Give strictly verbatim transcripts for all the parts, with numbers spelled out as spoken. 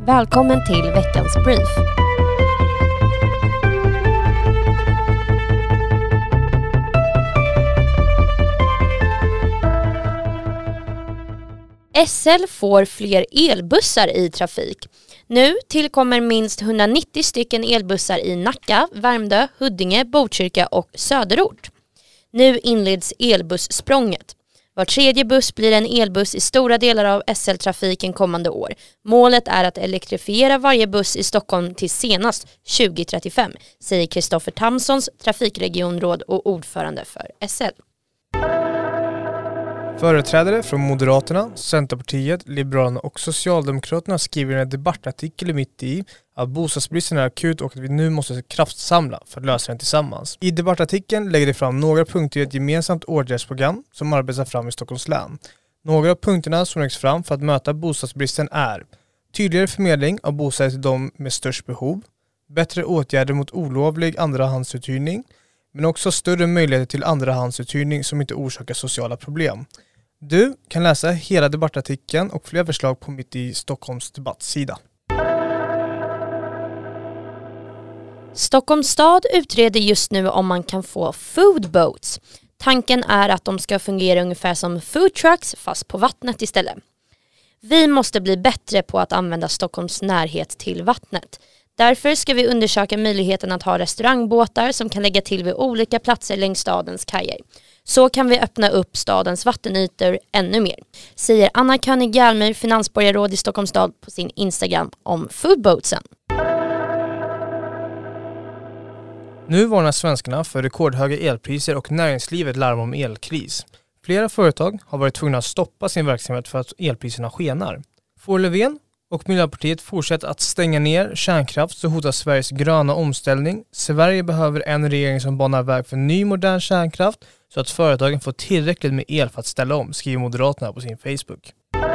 Välkommen till veckans brief. S L får fler elbussar i trafik. Nu tillkommer minst hundranittio stycken elbussar i Nacka, Värmdö, Huddinge, Botkyrka och Söderort. Nu inleds elbussprånget. Var tredje buss blir en elbuss i stora delar av S L-trafiken kommande år. Målet är att elektrifiera varje buss i Stockholm till senast tjugo trettiofem, säger Kristoffer Tamsons, trafikregionråd och ordförande för S L. Företrädare från Moderaterna, Centerpartiet, Liberalerna och Socialdemokraterna skriver en debattartikel mitt i att bostadsbristen är akut och att vi nu måste kraftsamla för att lösa den tillsammans. I debattartikeln lägger de fram några punkter i ett gemensamt åtgärdsprogram som arbetas fram i Stockholms län. Några av punkterna som läggs fram för att möta bostadsbristen är tydligare förmedling av bostäder till de med störst behov, bättre åtgärder mot olovlig andrahandsuthyrning, men också större möjligheter till andrahandsuthyrning som inte orsakar sociala problem. Du kan läsa hela debattartikeln och fler förslag på Mitt i Stockholms debattsida. Stockholms stad utreder just nu om man kan få food boats. Tanken är att de ska fungera ungefär som food trucks fast på vattnet istället. Vi måste bli bättre på att använda Stockholms närhet till vattnet. Därför ska vi undersöka möjligheten att ha restaurangbåtar som kan lägga till vid olika platser längs stadens kajer. Så kan vi öppna upp stadens vattenytor ännu mer, säger Anna König Hjälmyr, finansborgarråd i Stockholms stad på sin Instagram om foodboatsen. Nu varnar svenskarna för rekordhöga elpriser och näringslivet larmar om elkris. Flera företag har varit tvungna att stoppa sin verksamhet för att elpriserna skenar. Får Löfven och Miljöpartiet fortsätter att stänga ner kärnkraft så hotar Sveriges gröna omställning. Sverige behöver en regering som banar väg för ny modern kärnkraft så att företagen får tillräckligt med el för att ställa om, skriver Moderaterna på sin Facebook.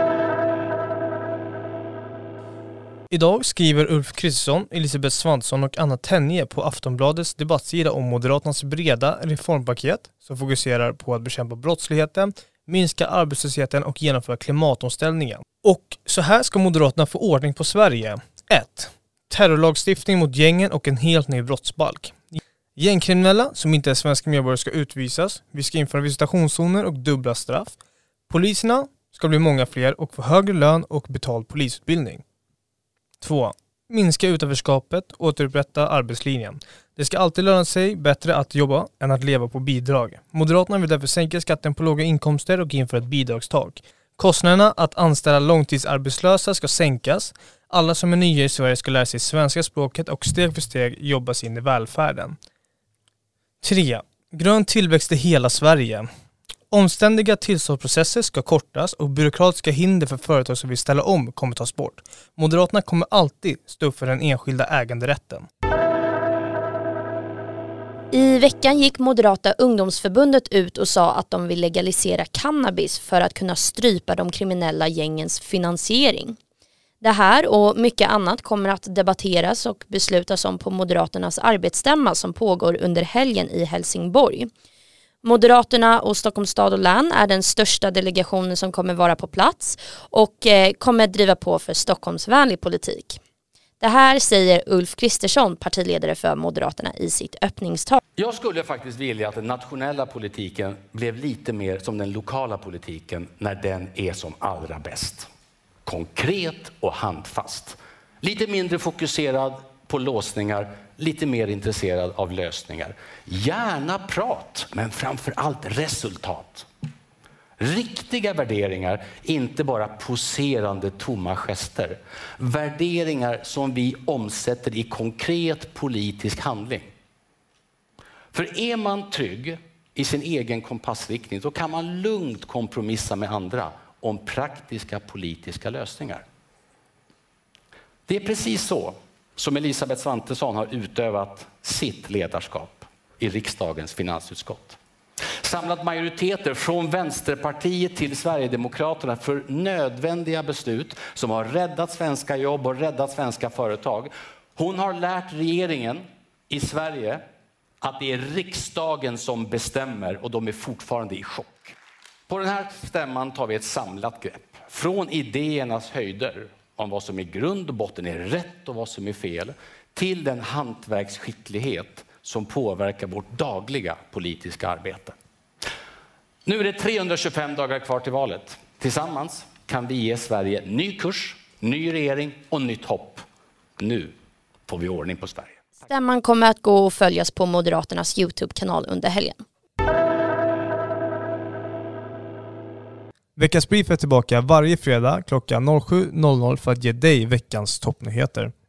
Idag skriver Ulf Kristersson, Elisabeth Svantesson och Anna Tenje på Aftonbladets debattsida om Moderaternas breda reformpaket som fokuserar på att bekämpa brottsligheten, minska arbetslösheten och genomföra klimatomställningen. Och så här ska Moderaterna få ordning på Sverige. ett. Terrorlagstiftning mot gängen och en helt ny brottsbalk. Gängkriminella som inte är svenska medborgare ska utvisas. Vi ska införa visitationszoner och dubbla straff. Poliserna ska bli många fler och få högre lön och betald polisutbildning. två. Minska utanförskapet och återupprätta arbetslinjen. Det ska alltid löna sig bättre att jobba än att leva på bidrag. Moderaterna vill därför sänka skatten på låga inkomster och införa ett bidragstak. Kostnaderna att anställa långtidsarbetslösa ska sänkas. Alla som är nya i Sverige ska lära sig svenska språket och steg för steg jobba sig in i välfärden. tre. Grön tillväxt i hela Sverige. Omständiga tillståndsprocesser ska kortas och byråkratiska hinder för företag som vill ställa om kommer tas bort. Moderaterna kommer alltid stå upp för den enskilda äganderätten. I veckan gick Moderata ungdomsförbundet ut och sa att de vill legalisera cannabis för att kunna strypa de kriminella gängens finansiering. Det här och mycket annat kommer att debatteras och beslutas om på Moderaternas arbetsstämma som pågår under helgen i Helsingborg. Moderaterna och Stockholms stad och län är den största delegationen som kommer vara på plats och eh, kommer driva på för Stockholmsvänlig politik. Det här säger Ulf Kristersson, partiledare för Moderaterna, i sitt öppningstal. Jag skulle faktiskt vilja att den nationella politiken blev lite mer som den lokala politiken när den är som allra bäst. Konkret och handfast. Lite mindre fokuserad på låsningar, lite mer intresserad av lösningar. Gärna prat, men framför allt resultat. Riktiga värderingar, inte bara poserande tomma gester. Värderingar som vi omsätter i konkret politisk handling. För är man trygg i sin egen kompassriktning så kan man lugnt kompromissa med andra om praktiska politiska lösningar. Det är precis så som Elisabeth Svantesson har utövat sitt ledarskap i riksdagens finansutskott. Samlat majoriteter från Vänsterpartiet till Sverigedemokraterna för nödvändiga beslut som har räddat svenska jobb och räddat svenska företag. Hon har lärt regeringen i Sverige att det är riksdagen som bestämmer och de är fortfarande i chock. På den här stämman tar vi ett samlat grepp från idéernas höjder om vad som i grund och botten är rätt och vad som är fel, till den hantverksskicklighet som påverkar vårt dagliga politiska arbete. Nu är det trehundratjugofem dagar kvar till valet. Tillsammans kan vi ge Sverige ny kurs, ny regering och nytt hopp. Nu får vi ordning på Sverige. Stämman kommer att gå och följas på Moderaternas YouTube-kanal under helgen. Veckans brief är tillbaka varje fredag klockan sju för att ge dig veckans toppnyheter.